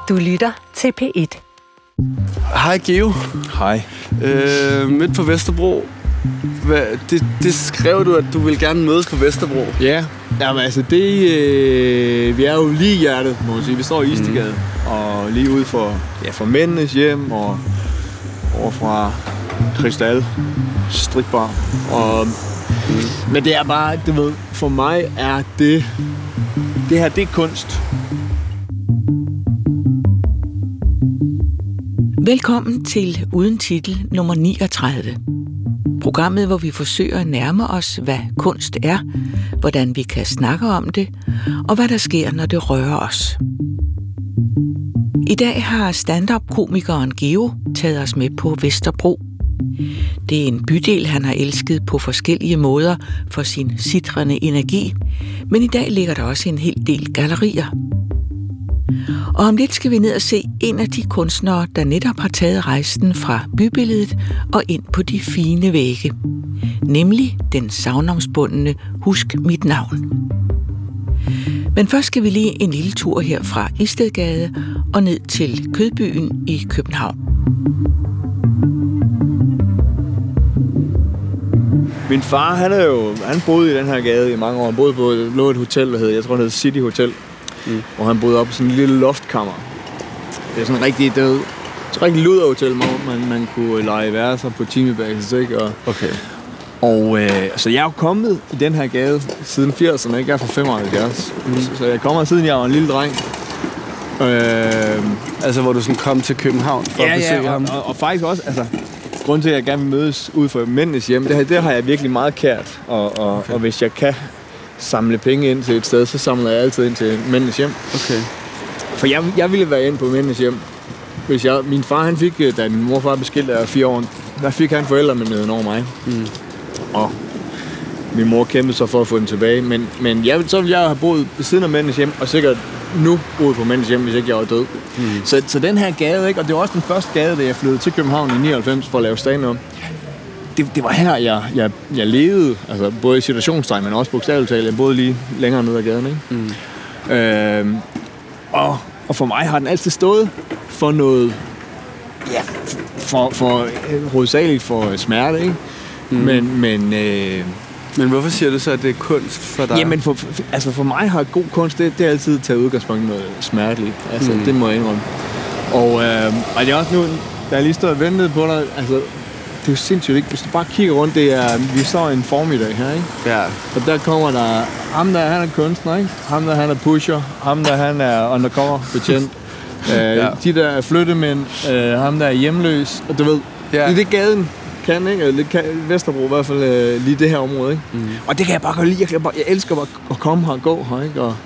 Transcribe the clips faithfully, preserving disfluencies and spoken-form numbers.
Du lytter til P et. Hej Geo. Hej. Øh, midt på Vesterbro. Hvad, det, det skrev du, at du ville gerne mødes på Vesterbro. Ja, jamen altså det, øh, vi er jo lige i hjertet, må man sige. Vi står i Istegade, mm. og lige ude for, ja, for mændenes hjem, og over fra Kristal Strikbar. Og, mm. Men det er bare, du ved, for mig er det, det her, det er kunst. Velkommen til Uden Titel nummer niogtredive. Programmet, hvor vi forsøger at nærme os, hvad kunst er, hvordan vi kan snakke om det, og hvad der sker, når det rører os. I dag har stand-up-komikeren Geo taget os med på Vesterbro. Det er en bydel, han har elsket på forskellige måder for sin sitrende energi, men i dag ligger der også en hel del gallerier. Og om lidt skal vi ned og se en af de kunstnere, der netop har taget rejsen fra bybilledet og ind på de fine vægge. Nemlig den sagnomspundne Husk mit navn. Men først skal vi lige en lille tur her fra Istedgade og ned til Kødbyen i København. Min far, han er jo, han boede i den her gade i mange år. Han boede på lå et hotel, der hed, jeg tror det hed City Hotel. Mm. Og han boede op i sådan en lille loftkammer. Det er sådan en rigtig, det er et rigtig luderhotel, hvor man, man kunne lege værelser på timebasis, ikke? Og, Okay. og øh, så jeg er jo kommet i den her gade siden firserne, ikke? Jeg er fra femoghalvfjerds. Mm. Så, så jeg kommer siden jeg var en lille dreng. Øh, altså, hvor du sådan kom til København for ja, at besøge ja, og, ham. og, og faktisk også, altså, grunden til, at jeg gerne vil mødes ud for mændenes hjem, det, her, det har jeg virkelig meget kært. Og, og, okay. og hvis jeg kan samle penge ind til et sted, så samler jeg altid ind til mændenes hjem. Okay. For jeg, jeg ville være inde på mændenes hjem. Hvis jeg, min far, han fik, da min morfar blev skilt af fire år, der fik han forældremyndigheden over mig. Mm. Og min mor kæmpede så for at få den tilbage. Men, men jeg, så ville jeg have boet ved siden af mændenes hjem, og sikkert nu boet på mændenes hjem, hvis ikke jeg var død. Mm. Så, så den her gade, ikke? Og det var også den første gade, da jeg flyttede til København i nioghalvfems for at lave stand-up. Det, det var her, jeg, jeg, jeg levede, altså både i situationstegn, men også bogstaveligt talt. Jeg boede lige længere ned ad gaden, ikke? Mm. Øhm, og, og for mig har den altid stået for noget, ja, for, for hovedsageligt for smerte, ikke? Mm. Men, men, øh, Men hvorfor siger du så, at det er kunst for dig? Jamen, for, for, altså for mig har god kunst, det, det er altid taget udgangspunkt i noget smerteligt. Altså, mm. det må jeg indrømme. Og, øh, og det er også nu, da jeg lige stod og ventede på dig, altså, det er jo sindssygt, ikke? Hvis du bare kigger rundt, det er, vi står en formiddag her, ikke? Ja. Og der kommer der, ham der, han er kunstner, ikke? Ham der, han er pusher. Ham der, han er undercover betjent. øh, ja. De der er flyttemænd. Øh, ham der er hjemløs. Og du ved, ja. Det er det gaden kan, ikke? Eller kan, Vesterbro i hvert fald øh, lige det her område, ikke? Mm. Og det kan jeg bare godt lide. Jeg, bare, jeg elsker bare at komme her og gå her, ikke? Og,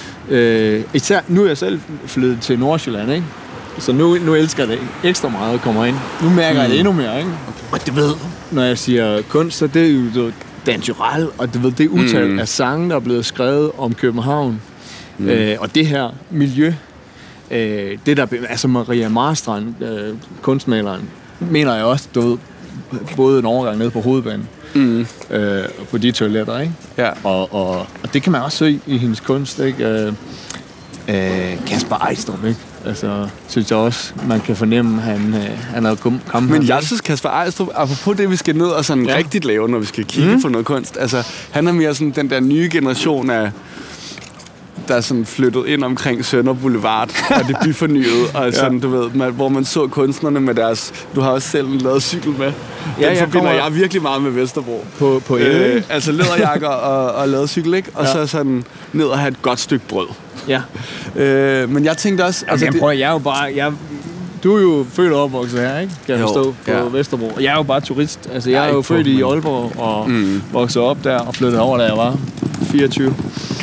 øh, især, nu er jeg selv flyttet til Nordsjælland, ikke? Så nu, nu elsker jeg det ekstra meget at komme ind. Nu mærker mm. jeg det endnu mere, ikke? Okay. Og det ved, når jeg siger kunst, så det er jo Dan Tyrell, og det ved, det er utal mm. af sange, der er blevet skrevet om København. Mm. Øh, og det her miljø, øh, det der, altså Maria Marstrand, øh, kunstmaleren, mener jeg også, du ved, både en overgang nede på Hovedbanen, mm. øh, på de toiletter, ikke? Ja. Og, og, og det kan man også se i hendes kunst, ikke? Øh, øh, Kasper Ejstrup, ikke? Altså, synes jeg også, man kan fornemme, at han, øh, han er kommet. Men jeg synes, Kasper Ejstrup, apropos det, vi skal ned og sådan ja. rigtigt lave, når vi skal kigge mm. på noget kunst, altså, han er mere sådan den der nye generation af, der er sådan flyttet ind omkring Sønder Boulevard, og det byfornyet, og sådan, ja. du ved, man, hvor man så kunstnerne med deres, du har også selv lavet cykel med, den ja, jeg forbinder kommer... jeg virkelig meget med Vesterbro. På, på øh, altså læderjakker og, og lavet cykel, ikke? Og ja. så sådan ned og have et godt stykke brød. Ja. Øh, men jeg tænkte også... Altså, jeg, prøver, jeg er jo bare... Jeg, du er jo født og opvokset her, ikke? Kan jeg forstå, på ja. Vesterbro. Jeg er jo bare turist. Altså, jeg er jo født i Aalborg og mm. vokset op der og flyttede over, da jeg var fireogtyve.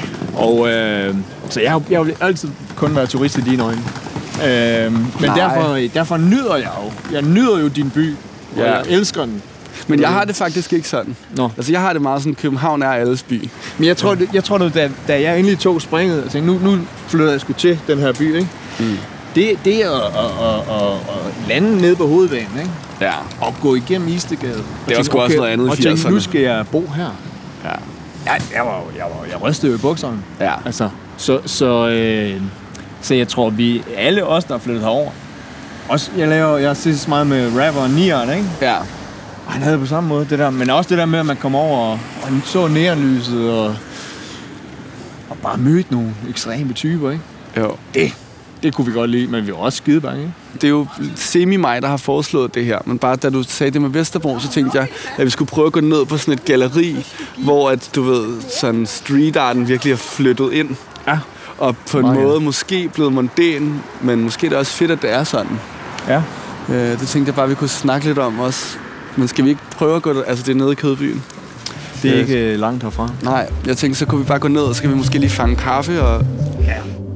Og øh, så jeg, jeg vil altid kun være turist i dine øjne. Øh, men derfor, derfor nyder jeg jo. Jeg nyder jo din by, og ja. jeg elsker den. Men jeg har det faktisk ikke sådan. Nå. Altså, jeg har det meget sådan, København er alles by. Men jeg tror, det, jeg tror det, da, da jeg endelig tog springet, og tænkte, nu, nu flytter jeg sgu til den her by, ikke? Mm. Det, det er at, at, at, at lande nede på Hovedbanen, ikke? Ja. Og gå igennem Istegade. Det er også okay, også noget andet i firserne. Og tænke, nu skal jeg bo her. Ja. Jeg, jeg, var, jeg, var, jeg rystede jo i bukserne. Ja. Altså, så, så, øh, Så jeg tror, vi alle os, der er flyttet herover. Også, jeg laver, jeg synes meget med rapperen Nieren, ikke? Ja. Og han havde på samme måde det der, men også det der med, at man kom over og, og så neonlyset og, og bare mødte nogle ekstreme typer, ikke? Jo. Det, det kunne vi godt lide, men vi var også skide bange, ikke? Det er jo semi mig, der har foreslået det her, men bare da du sagde det med Vesterbro, så tænkte jeg, at vi skulle prøve at gå ned på sådan et galleri, hvor at, du ved, sådan street arten virkelig er flyttet ind. Ja. Og på en Meget måde godt. måske blevet mondæn, men måske er det også fedt, at det er sådan. Ja. Øh, det tænkte jeg bare, vi kunne snakke lidt om også. Men skal vi ikke prøve at gå der? Altså, det er nede i Kødbyen. Det er ikke langt herfra. Nej, jeg tænkte, så kunne vi bare gå ned, og så kan vi måske lige fange kaffe og... Ja.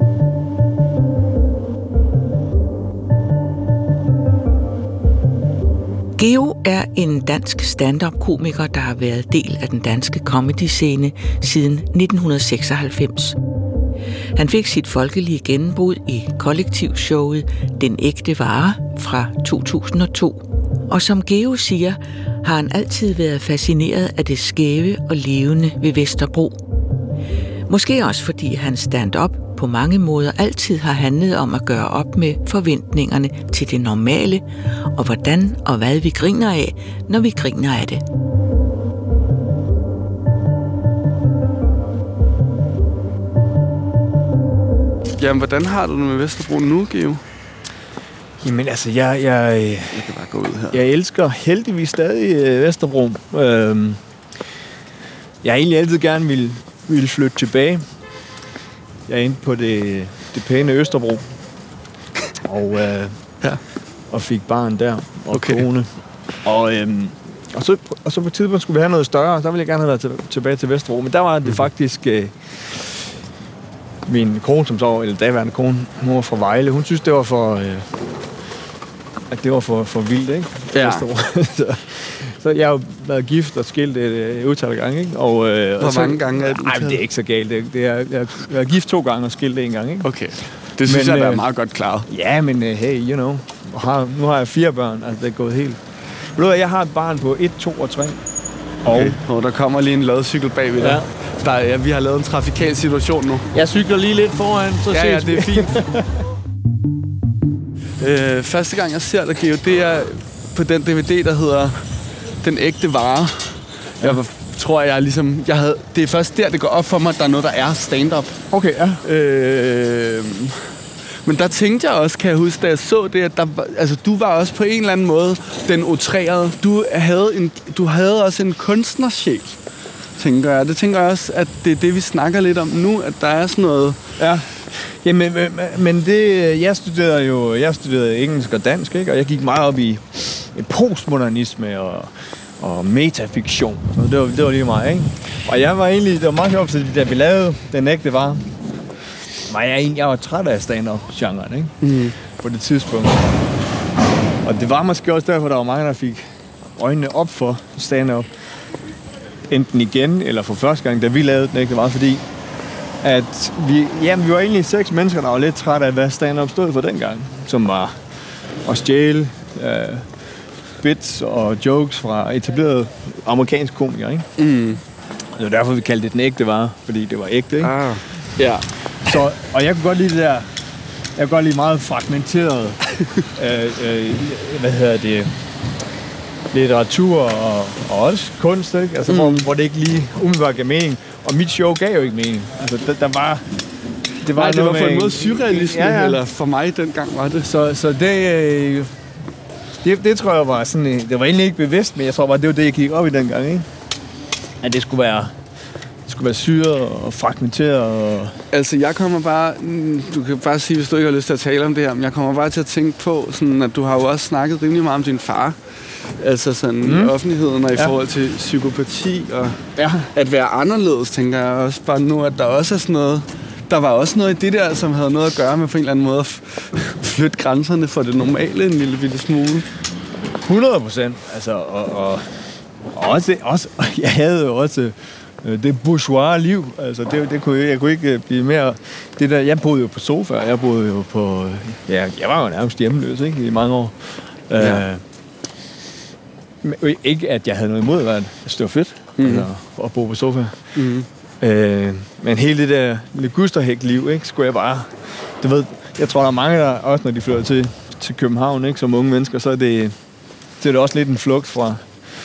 Geo er en dansk stand-up-komiker, der har været del af den danske comedy-scene siden nitten seksoghalvfems. Han fik sit folkelige gennembrud i kollektivshowet Den Ægte Vare fra to tusind og to. Og som Geo siger, har han altid været fascineret af det skæve og levende ved Vesterbro. Måske også fordi hans stand-up på mange måder altid har handlet om at gøre op med forventningerne til det normale, og hvordan og hvad vi griner af, når vi griner af det. Jamen, hvordan har du det med Vesterbro nu, Geo? Jamen altså, jeg, jeg, Jeg kan bare gå ud her. jeg elsker heldigvis stadig øh, Vesterbro. Øhm, jeg har egentlig altid gerne ville, ville flytte tilbage. Jeg er inde på det, det pæne Østerbro. Og, øh, Ja. og fik barn der, og Okay. kone. Og, øhm, og, så, og så på et tidspunkt skulle vi have noget større. Der ville jeg gerne have været til, tilbage til Vesterbro. Men der var det faktisk... Øh, min kone, som så, eller daværende kone, hun var fra Vejle. Hun synes, det var for... Øh, at det var for, for vildt, ikke? Ja. så, så jeg har jo været gift og skilt et utal gange, ikke? Og, øh, Hvor og så, mange gange er det Nej, det er ikke så galt. Det, det er, jeg har været gift to gange og skilt en gang, ikke? Okay. Det synes Men, jeg, der er øh, meget godt klaret. Ja, men uh, hey, you know. Og har, nu har jeg fire børn, altså det er gået helt... Ved du hvad, jeg har et barn på et, to og tre. Og Okay. Og der kommer lige en ladcykel bagved dig. Ja. Der, ja, vi har lavet en trafikal situation nu. jeg cykler lige lidt foran, så Ja, ja, ses det er vi. fint. øh, første gang, jeg ser dig, Geo, det er på den D V D, der hedder Den Ægte Vare. Ja. Jeg tror, jeg ligesom... Jeg havde, det er først der, det går op for mig, at der er noget, der er stand-up. Okay, ja. Øh, men der tænkte jeg også, kan jeg huske, da jeg så det, at der, var- altså, du var også på en eller anden måde den outrerede. Du havde, en, du havde også en kunstnersjæl, tænker jeg. Det tænker jeg også, at det er det, vi snakker lidt om nu, at der er sådan noget... Ja. Jamen, men, men det, jeg studerede jo, jeg studerede engelsk og dansk, ikke? Og jeg gik meget op i, i postmodernisme og, og metafiktion. Så det var, det var lige mig, ikke? Og jeg var egentlig, det var meget sjovt, fordi da vi lavede Den Ægte Vare, var jeg egentlig, jeg var træt af stand-up-genren, ikke? Mm. På det tidspunkt. Og det var måske også derfor, der var mange, der fik øjnene op for stand-up. Enten igen, eller for første gang, da vi lavede Den Ægte Vare, fordi at vi, jamen, vi var egentlig seks mennesker, der var lidt trætte af, hvad stand-up stod for dengang. Som var at stjæle øh, bits og jokes fra etablerede amerikanske komikere, ikke? Mm. Det var derfor, vi kaldte det Den Ægte Vare, fordi det var ægte, ikke? Ah. Ja. Så, og jeg kunne godt lide det der, jeg kunne godt lide meget fragmenteret, øh, øh, hvad hedder det, litteratur og, og også kunst, ikke? Altså, mm. hvor, hvor det ikke lige umiddelbart gav mening. Og mit show gav jo ikke mening. Altså, der, der var... Det var, Nej, det var på en med, måde surrealisme, ja, ja. Eller for mig dengang var det. Så, så det, øh, det, det tror jeg var sådan... Øh, det var egentlig ikke bevidst, men jeg tror bare, det var det, jeg gik op i dengang, ikke? At det skulle være... Det skulle være syret og fragmenteret og... Altså, jeg kommer bare... Du kan bare sige, hvis du ikke har lyst til at tale om det her, men jeg kommer bare til at tænke på, sådan, at du har jo også snakket rimelig meget om din far. Altså sådan mm. i offentligheden og i ja. forhold til psykopati og ja. at være anderledes, tænker jeg også bare nu, at der også er sådan noget... Der var også noget i det der, som havde noget at gøre med på en eller anden måde at flytte grænserne for det normale en lille bitte smule. hundrede procent. Altså, og, og, og også, også, jeg havde jo også øh, det bourgeois-liv. Altså, det, det kunne, jeg kunne ikke blive mere... Det der, jeg boede jo på sofa, jeg boede jo på... Ja, jeg var jo nærmest hjemløs, ikke? I mange år. Ja. Øh, ikke, at jeg havde noget imod, at det var fedt mm. altså, at bo på sofa. Mm. Øh, men hele det der ligusterhæk-liv, ikke, skulle jeg bare... Du ved, jeg tror, der er mange, der også når de flytter til, til København, ikke, som unge mennesker, så er det, det er det også lidt en flugt fra,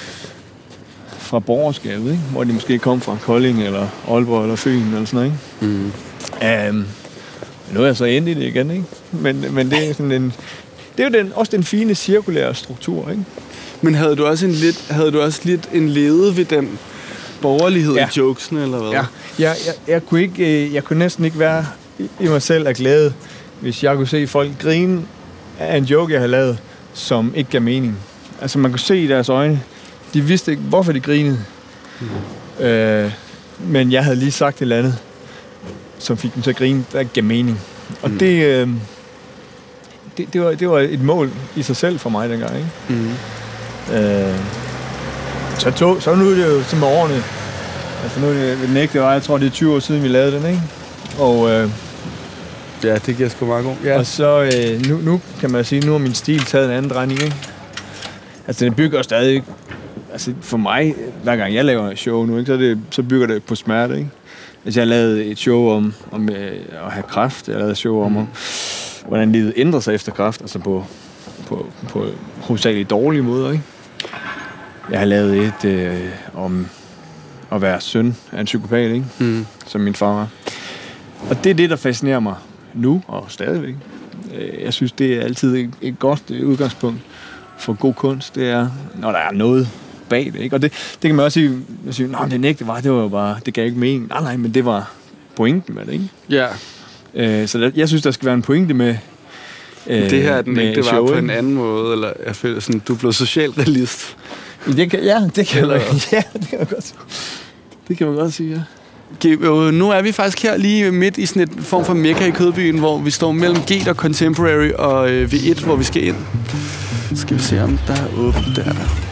fra borgerskabet, ikke, hvor de måske kom fra Kolding, eller Aalborg, eller Fyn, eller sådan noget, ikke? Mm. Um, nu er jeg så endt i det igen, ikke? Men, men det er sådan en... Det er jo den, også den fine cirkulære struktur, ikke? Men havde du også en lidt, havde du også lidt en lede ved den borgerlighed ja. i jokesen, eller hvad? Ja, jeg, jeg, jeg, kunne ikke, jeg kunne næsten ikke være i mig selv af glæde, hvis jeg kunne se folk grine af en joke, jeg havde lavet, som ikke gav mening. Altså, man kunne se i deres øjne, de vidste ikke, hvorfor de grinede. Mm. Øh, men jeg havde lige sagt et eller andet, som fik dem til at grine, der gav mening. Og mm. det, øh, det, det, var, det var et mål i sig selv for mig dengang, ikke? Mm. Øh, så, tog, så nu er det jo som med årene. Altså nu er det den ægte vej, jeg tror det er tyve år siden vi lavede den, ikke? Og øh, ja, det giver sgu meget god. Ja. Og så øh, nu, nu kan man sige, nu har min stil taget en anden drejning, ikke? Altså den bygger stadig, altså for mig, hver gang jeg laver et show nu, ikke, så, det, så bygger det på smerte, ikke? Altså jeg lavede et show om, om øh, at have kræft, jeg lavede et show om, mm. om hvordan livet ændrer sig efter kræft, altså på, på, på hovedsageligt dårlige måder, ikke? Jeg har lavet et øh, om at være søn af en psykopat, ikke? Mm. Som min far var. Og det er det, der fascinerer mig nu, og stadigvæk. Jeg synes, det er altid et, et godt udgangspunkt for god kunst. Det er, når der er noget bag det, ikke? Og det, det kan man også sige, sige nej, det nægte var, det var jo bare, det gav ikke mening. Nej, nej, men det var pointen med det, ikke? Ja. Øh, så der, jeg synes, der skal være en pointe med øh, det her, den ikke, det var på en anden måde, eller jeg føler sådan, du blev socialrealist. Det kan, ja, det kan, man, ja, det kan man godt sige. Det kan man godt sige, ja. Nu er vi faktisk her lige midt i sådan et form for mekka i Kødbyen, hvor vi står mellem G og Contemporary og V et, hvor vi skal ind. Så skal vi se, om der er åbent der.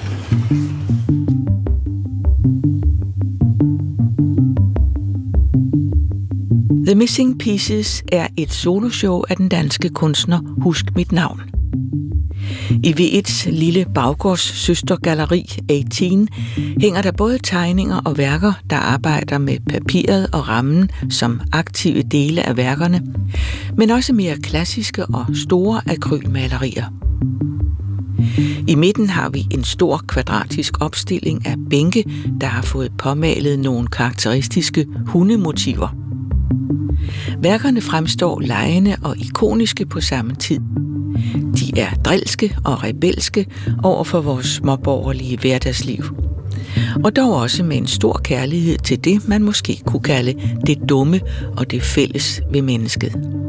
The Missing Pieces er et soloshow af den danske kunstner Husk Mit Navn. I V et's lille baggårdssøstergalleri atten hænger der både tegninger og værker, der arbejder med papiret og rammen som aktive dele af værkerne, men også mere klassiske og store akrylmalerier. I midten har vi en stor kvadratisk opstilling af bænke, der har fået påmalet nogle karakteristiske hundemotiver. Værkerne fremstår legende og ikoniske på samme tid. De er drilske og rebelske over for vores småborgerlige hverdagsliv. Og dog også med en stor kærlighed til det, man måske kunne kalde det dumme og det fælles ved mennesket.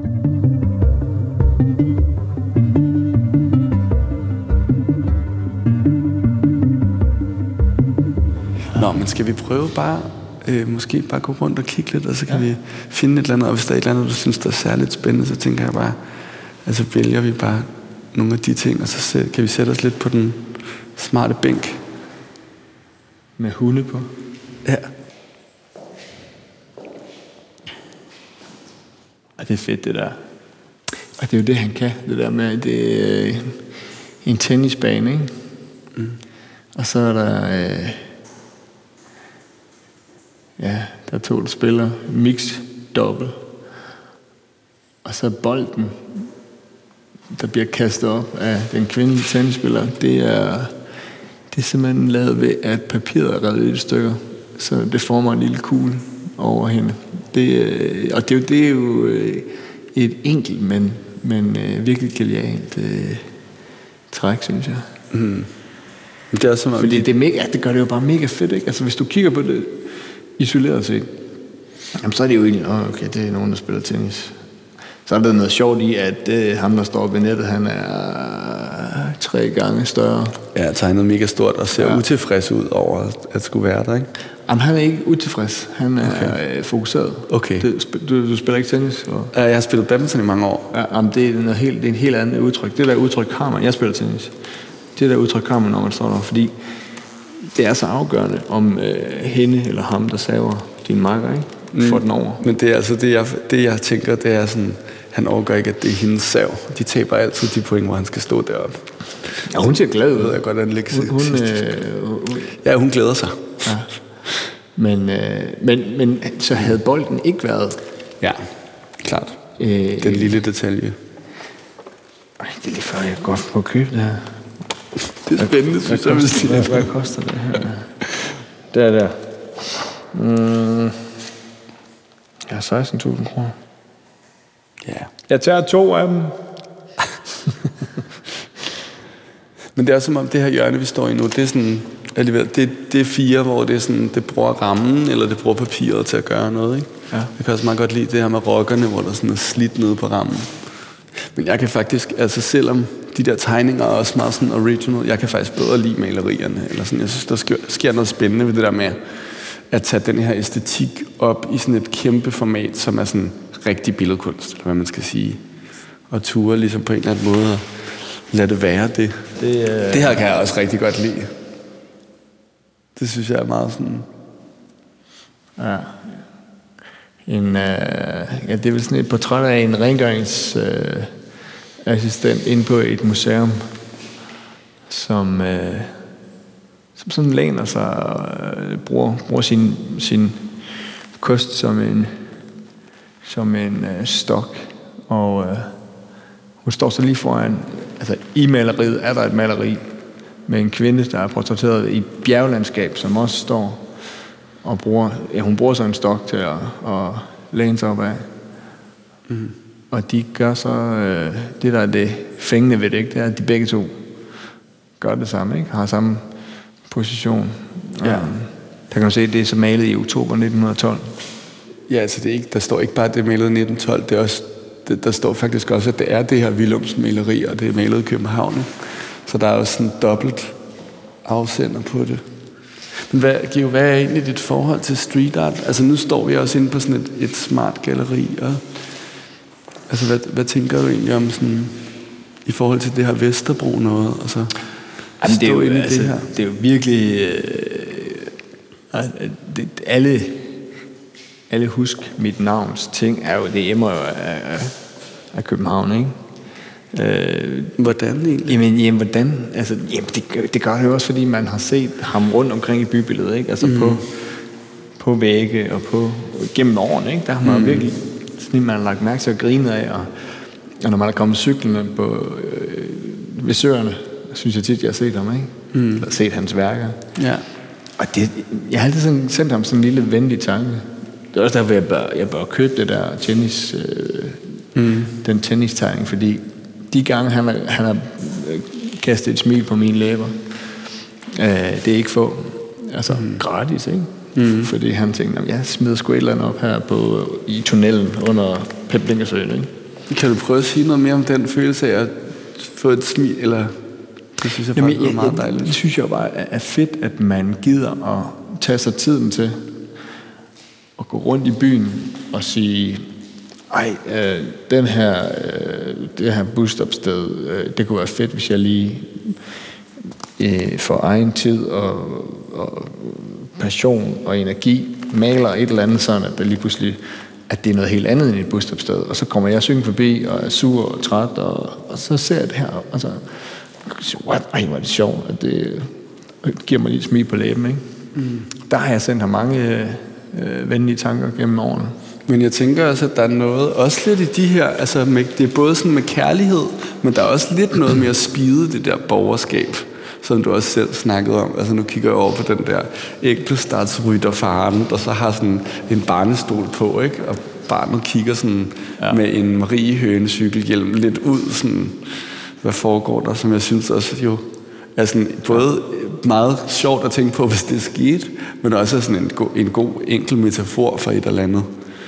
Nå, men skal vi prøve bare, øh, måske bare gå rundt og kigge lidt, og så kan ja. vi finde et eller andet, og hvis der er et eller andet, du synes, der er særligt spændende, så tænker jeg bare, altså vælger vi bare nogle af de ting, og så kan vi sætte os lidt på den smarte bænk. Med hunde på? Ja. Og det er fedt, det der. Og det er jo det, han kan, det der med, det er en tennisbane, ikke? Mm. Og så er der, øh, ja, der er to, der spiller mix dobbelt. Og så bolden, der bliver kastet op af den kvindelige tennisspiller, det er, det er simpelthen lavet ved, at papiret er revet i stykker, så det former en lille kugle over hende. Det, og det, det er jo et enkelt, men, men virkelig genialt øh, træk, synes jeg. Mm. Det er som om Fordi det, er mega, det gør det jo bare mega fedt, ikke? Altså, hvis du kigger på det isoleret set, jamen, så er det jo egentlig, åh, okay, det er nogen, der spiller tennis. Så er der noget sjovt i, at øh, ham, der står ved nettet, han er tre gange større. Ja, tegnet mega stort og ser ja. utilfreds ud over at skulle være der, ikke? Jamen, han er ikke utilfreds. Han er okay. øh, fokuseret. Okay. Det, du, du spiller ikke tennis? Og... Ja, jeg har spillet badminton i mange år. Ja, jamen, det, er noget helt, det er en helt andet udtryk. Det der udtryk har man. Jeg spiller tennis. Det der udtryk har man, når man står der. Fordi det er så afgørende, om øh, hende eller ham, der saver din makker, ikke? Mm. For den over. Men det er altså det jeg, det, jeg tænker, det er sådan, han overgår ikke, at det er hendes sav. De taber altid de point, hvor han skal stå deroppe. Ja, hun ser glad ud. Jeg godt, at lægge hun, hun, øh, hun, ja, hun glæder sig. Ja. Men, øh, men, men så havde bolden ikke været... Ja, klart. Øh, Den lille detalje. Ej, det er lige før, jeg går på at købe det her. Det er spændende, synes jeg. Hvad, hvad, hvad koster det her? Der, der. Mm. Ja, seksten tusind kroner. Ja. Jeg tager to af dem. Men det er som om det her hjørne, vi står i nu, det er sådan... Alligevel, det, det er fire, hvor det, er sådan, det bruger rammen, eller det bruger papiret til at gøre noget, ikke? Ja. Jeg kan også meget godt lide det her med rockerne, hvor der sådan er slidt nede på rammen. Men jeg kan faktisk, altså selvom de der tegninger er også meget sådan original, jeg kan faktisk bedre lide malerierne. Eller sådan. Jeg synes, der sker, sker noget spændende ved det der med at tage den her æstetik op i sådan et kæmpe format, som er sådan rigtig billedkunst, eller hvad man skal sige. Og ture ligesom på en eller anden måde at lade det være det. Det, øh... det her kan jeg også rigtig godt lide. Det synes jeg er meget sådan... Ja. En, øh, ja, det er vel sådan et portræt af en rengøringsassistent øh, inde på et museum, som, øh, som sådan læner sig og øh, bruger, bruger sin, sin kost som en, som en øh, stok. Og øh, hun står så lige foran... Altså, i maleriet er der et maleri med en kvinde, der er portrætteret i et bjerglandskab, som også står og bruger, ja, hun bruger så en stok til at, at læne sig op af. Mm. Og de gør så, øh, det der er det fængende ved det, ikke? Det er, at de begge to gør det samme, ikke? Har samme position. Ja. Um, der kan man se, at det er så malet i oktober nitten tolv. Ja, altså det er ikke, der står ikke bare, at det er malet nitten tolv, det er også, det, der står faktisk også, at det er det her Willums maleri, og det er malet i København. Så der er også sådan dobbelt afsender på det. Men hvad, Geo, hvad er egentlig dit forhold til street art? Altså nu står vi også inde på sådan et, et smart galleri. Og, altså hvad, hvad tænker du egentlig om sådan, i forhold til det her Vesterbro noget? Altså, Jamen, det, er jo, altså, det, her? det er jo virkelig... Øh, det, alle, alle husk mit navns ting er jo det hjemme af, af København, ikke? Øh, hvordan egentlig? Jamen, jamen hvordan? Altså, jamen det, det gør det jo også, fordi man har set ham rundt omkring i bybilledet, ikke? Altså mm. på, på vægge og på gennem årene, ikke? Der har man mm. virkelig sådan, man har lagt mærke til at grine af, og, og når man er kommet cyklerne på øh, ved søerne, synes jeg tit, jeg har set ham, ikke? Mm. Eller set hans værker. Ja. Og det, jeg har altid sådan, sendt ham sådan en lille venlig tanke. Det er også derfor, jeg bør, jeg bør købe det der tennis, øh, mm. den tennistegning, fordi de gange, han har, han har kastet et smil på mine læber, øh, det er ikke få. Altså, mm. gratis, ikke? Mm. Fordi han tænkte, jeg smider sgu et eller andet op her på, i tunnelen under Peblingersøen, ikke? Kan du prøve at sige noget mere om den følelse af at få et smil, eller... Det synes jeg faktisk er meget dejligt. Det synes jeg bare er fedt, at man gider at tage sig tiden til at gå rundt i byen og sige... Ej, øh, den her, øh, det her busstopsted, øh, det kunne være fedt, hvis jeg lige øh, for egen tid og, og passion og energi maler et eller andet sådan, at det lige pludselig, at det er noget helt andet end et busstopsted. Og så kommer jeg synge forbi og er sur og træt, og, og så ser jeg det her, og så, what? Ej, hvor er det sjovt, at det giver mig lidt smil på læben, ikke? Mm. Der har jeg sendt ham mange øh, venlige tanker gennem årene. Men jeg tænker også, at der er noget, også lidt i de her, altså med, det er både sådan med kærlighed, men der er også lidt noget med at spide det der borgerskab, som du også selv snakkede om. Altså nu kigger jeg over på den der enkeltstartsrytterfaren, der så har sådan en barnestol på, ikke? Og barnet kigger sådan ja. med en Marie-høne-cykelhjelm lidt ud, sådan, hvad foregår der, som jeg synes også jo er sådan både meget sjovt at tænke på, hvis det er sket, men også sådan en, go- en god enkel metafor for et eller andet.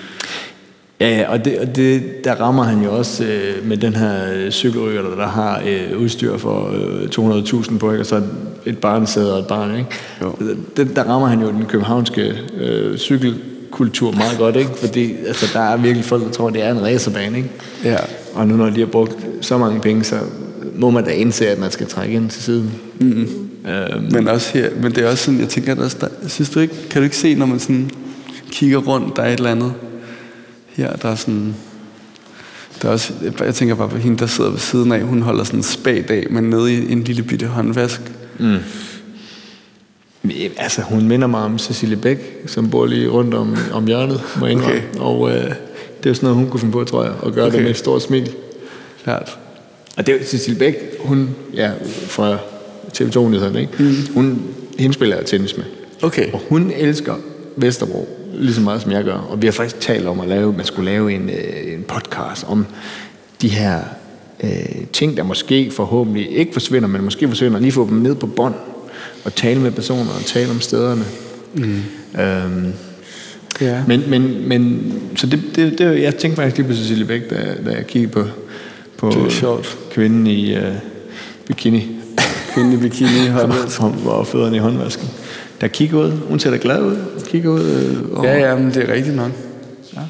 Ja, og, det, og det, der rammer han jo også øh, med den her cykelrytter, der har øh, udstyr for øh, to hundrede tusind på, ikke? Og så et barnesæde og et barn, ikke? Jo. Det, der rammer han jo den københavnske øh, cykelkultur meget godt, ikke? Fordi altså, der er virkelig folk, der tror, det er en racerbane, ikke? Ja. Og nu når de har brugt så mange penge, så må man da indse, at man skal trække ind til siden. Mm-hmm. Øhm. Men også her, men det er også sådan, jeg tænker, at der, synes du ikke, kan du ikke se, når man sådan kigger rundt, der er et eller andet her, der er sådan, der er også, jeg tænker bare på hende, der sidder ved siden af, hun holder sådan en spad af, men nede i en lille bitte håndvask. Mm. Altså, hun minder mig om Cecilie Bæk, som bor lige rundt om, om hjørnet, må jeg indrømme. Okay. Og øh, det er jo sådan noget, hun kunne finde på, tror jeg, og gøre okay. det med et stort smil. Klart. Og det er Cecilie Bæk, hun, ja, fra T V to-nyhederne, ikke? Mm. Hun, hende spiller jeg tennis med. Okay. Og hun elsker Vesterbro, lige så meget som jeg gør. Og vi har faktisk talt om at lave, man skulle lave en, øh, en podcast om de her øh, ting, der måske forhåbentlig ikke forsvinder, men måske forsvinder, lige få dem ned på bånd, og tale med personer, og tale om stederne. Mm. Øhm, ja. Men, men, men, så det, det, det, jeg tænkte faktisk lige på Cecilie Bæk, da, da jeg kiggede på, på kvinden i øh, bikini. Kvinden i bikini i håndvasken. Og fødderne i håndvasken. Der kigger ud. Hun ser da glad ud. Kigger ud. Øh, ja, ja, men det er rigtigt nok. Ja.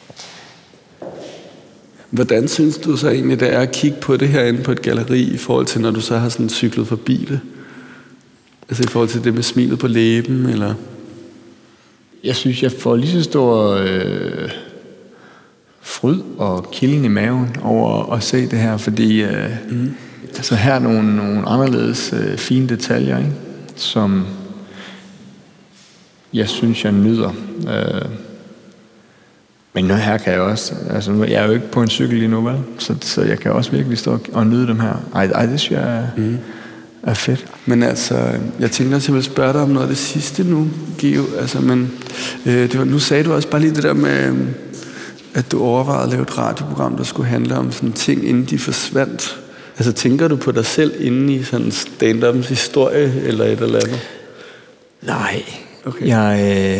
Hvordan synes du så egentlig, det er at kigge på det herinde på et galleri, i forhold til, når du så har sådan cyklet forbi det? Altså i forhold til det med smilet på læben, eller? Jeg synes, jeg får lige så stor øh, fryd og kilden i maven over at se det her, fordi øh, mm. altså her er nogle, nogle anderledes øh, fine detaljer, ikke? Som jeg synes, jeg nyder. Øh, men nu her kan jeg også, altså jeg er jo ikke på en cykel lige nu, vel? Så, så jeg kan også virkelig stå og nyde dem her. Ej, ej det synes jeg er, mm. er fedt. Men altså, jeg tænkte også, jeg vil spørge dig om noget af det sidste nu, Geo. Altså, men øh, det var, nu sagde du også bare lige det der med, at du overvejede at lave et radioprogram, der skulle handle om sådan ting, inden de forsvandt. Altså, tænker du på dig selv inde i sådan stand-up's historie, eller et eller andet? Nej. Okay. Jeg... Øh,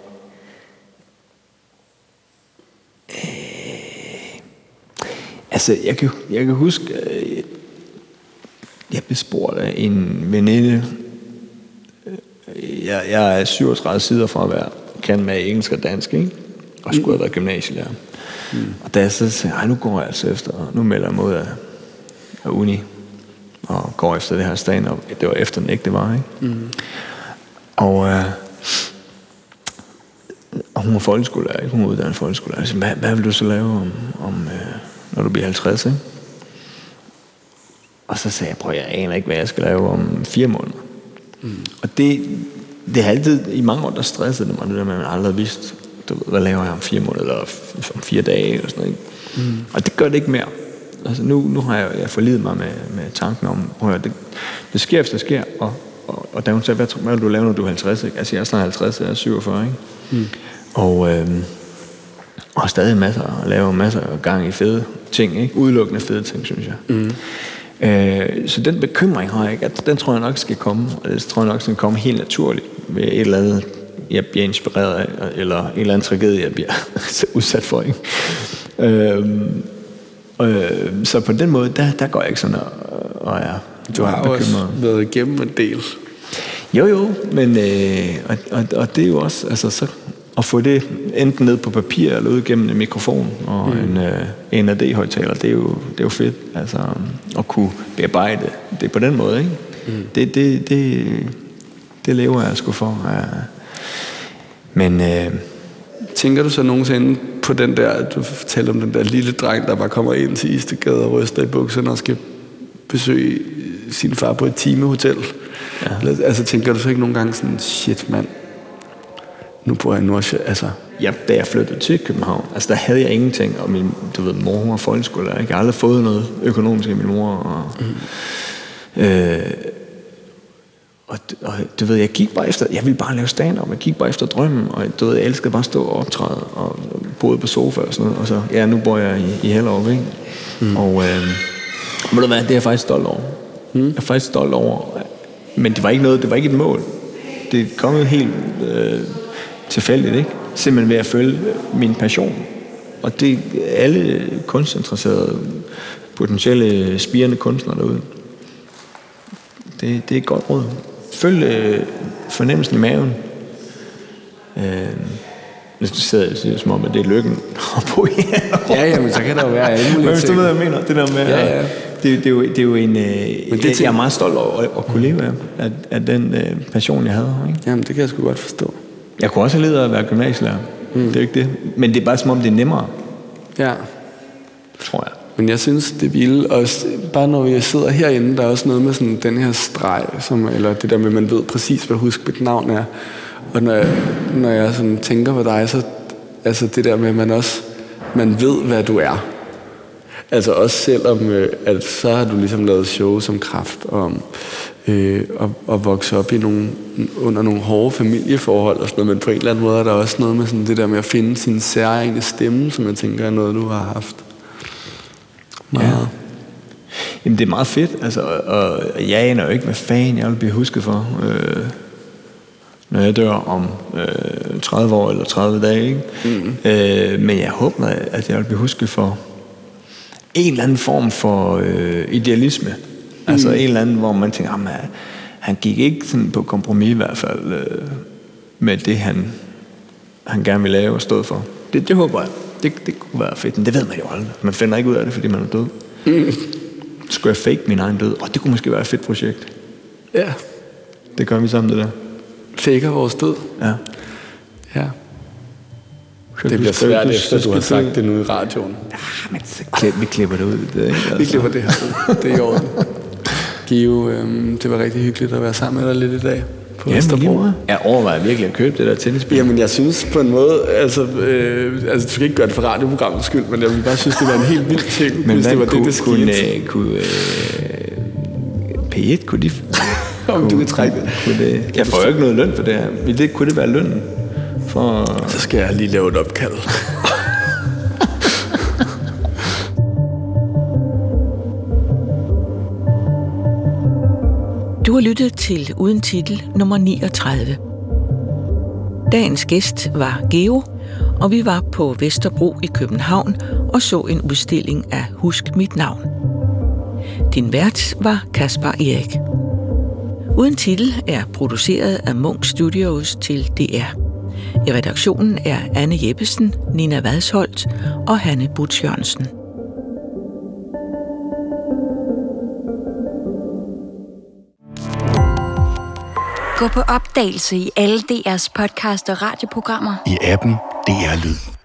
øh, altså, jeg kan, jeg kan huske... Øh, jeg blev spurgt af en veninde. Jeg, jeg er syvogtredive sider fra at være kendt med engelsk og dansk, ikke? Og skulle have været gymnasielærer. Mm. Og da jeg så sagde, nu går jeg altså efter, nu melder jeg mod af, af uni, og går efter det her stand-up. Det var efter den ægte var, ikke? Mm. Og, øh, og hun var folkeskolelærer, ikke? Hun var uddannet folkeskolelærer. Jeg sagde, hvad, hvad vil du så lave, om, om, øh, når du bliver halvtreds, ikke? Og så sagde jeg, prøv, jeg aner ikke, hvad jeg skal lave om fire måneder. Mm. Og det, det har altid, i mange år, der stressede det mig, det der med, at man aldrig vidste, du ved, hvad laver jeg om fire måneder, eller om fire dage, eller sådan noget. Mm. Og det gør det ikke mere. Altså nu, nu har jeg, jeg forlidet mig med, med tanken om, prøv at det, det sker efter det sker, og, og, og da hun sagde, hvad, hvad vil du lave, når du er halvtreds, ikke? Altså jeg er snart halvtreds, jeg er syvogfyrre, ikke? Mm. Og, øhm, og stadig masser, at lave masser af gang i fede ting, ikke? Udelukkende fede ting, synes jeg. Mm. Øh, så den bekymring har jeg ikke, at den tror jeg nok skal komme, og det tror jeg nok skal komme helt naturligt ved et eller andet, jeg bliver inspireret af, eller en eller anden tragedie, jeg bliver udsat for, ikke? Øh, øh, så på den måde, der, der går jeg ikke sådan og, og er du har bekymret. Også været igennem en del. Jo jo, men øh, og, og, og det er jo også, altså så at få det enten ned på papir eller ud gennem en mikrofon og mm. en, øh, en A D-højtaler, det er jo, det er jo fedt, altså at kunne bearbejde det på den måde, ikke? Mm. Det, det, det, det lever jeg sgu for. Ja. Men øh, tænker du så nogensinde på den der, du fortalte om den der lille dreng, der bare kommer ind til Istegade og ryster i bukserne og skal besøge sin far på et timehotel? Ja. Altså tænker du så ikke nogle gange sådan, shit mand, nu bor jeg i Nordsjælland, altså. Ja, da jeg flyttede til København, altså der havde jeg ingenting, og min, du ved, mor var folkeskolelærer, jeg har aldrig fået noget økonomisk af min mor, og, mm. øh, og, og du ved, jeg gik bare efter, jeg ville bare lave stand-up, jeg gik bare efter drømmen, og du ved, jeg elskede bare at stå og optræde, og boede på sofa og sådan noget, og så, ja, nu bor jeg i, i Hellerup, ikke? Mm. Og, øh, må du være, det er jeg faktisk stolt over. Mm. Jeg er faktisk stolt over, men det var ikke noget, det var ikke et mål. Det er kommet helt øh, tilfældigt, ikke? Simpelthen ved at følge min passion. Og det er alle kunstinteresserede, potentielle spirende kunstnere derude. Det, det er et godt råd. Følg øh, fornemmelsen i maven. Øh, hvis du sidder og siger, som om, at det er lykken at bo i. Ja, ja, men så kan der jo være alle mulige ting. Hvis du ved, hvad jeg mener, det der med, ja, ja. Det, det, er jo, det er jo en, øh, men det jeg er meget stolt over at, at kunne leve af, af, af den øh, passion, jeg havde. Ikke? Jamen, det kan jeg sgu godt forstå. Jeg kunne også have ledet at være gymnasielærer. Mm. Det er ikke det. Men det er bare som om, det er nemmere. Ja. Tror jeg. Men jeg synes, det vilde, og bare når jeg sidder herinde, der er også noget med sådan den her streg, som, eller det der med, at man ved præcis, hvad husk mit navn er. Og når jeg, når jeg sådan tænker på dig, så altså det der med, at man også man ved, hvad du er. Altså også selvom, at så har du ligesom lavet show som Kraft om øh, at, at vokse op i nogle, under nogle hårde familieforhold og sådan noget, men på en eller anden måde er der også noget med sådan det der med at finde sin særegne stemme, som jeg tænker er noget, du har haft. Meget. Ja. Jamen det er meget fedt, altså, og jeg aner jo ikke, hvad fanden jeg vil blive husket for, øh, når jeg dør om øh, tredive år eller tredive dage, ikke? Mm. Øh, men jeg håber, at jeg vil blive husket for en eller anden form for øh, idealisme. Mm. Altså en eller anden, hvor man tænker, at han gik ikke sådan på kompromis i hvert fald øh, med det, han, han gerne vil lave og stå for. Det, det håber jeg. Det, det kunne være fedt, men det ved man jo aldrig. Man finder ikke ud af det, fordi man er død. Mm. Skulle jeg fake min egen død? Og det kunne måske være et fedt projekt. Ja. Det gør vi sammen, det der. Faker vores død? Ja. Ja. Det bliver svært, efter du har sagt det nu i radioen. Ja, men så klip, vi klipper det ud. Det, ikke? Altså. Vi klipper det her ud. Det er i orden. Gio, øhm, det var rigtig hyggeligt at være sammen med dig lidt i dag. På Vesterbro. Jeg overvejer virkelig at købe det der tennisspil. Jamen, jeg synes på en måde, altså, øh, altså du skal ikke gøre det for radioprogrammets skyld, men jeg vil bare synes, det var en helt vild ting, men hvis det var kunne, det, der kunne, skete. Kunne, øh, P et, kunne de... Om kunne, du kan trække det. Kunne det jeg får jo ikke noget løn for det her. Men det, kunne det være lønnen? For... Så skal jeg lige lave et opkald. Du har lyttet til Uden Titel nummer niogtredive. Dagens gæst var Geo, og vi var på Vesterbro i København og så en udstilling af Husk mit navn. Din vært var Kasper Erik. Uden Titel er produceret af Munk Studios til D R. I redaktionen er Anne Jeppesen, Nina Vadsholt og Hanne Butz Jørgensen. Gå på opdagelse i alle D R's podcast og radioprogrammer. I appen D R Lyd.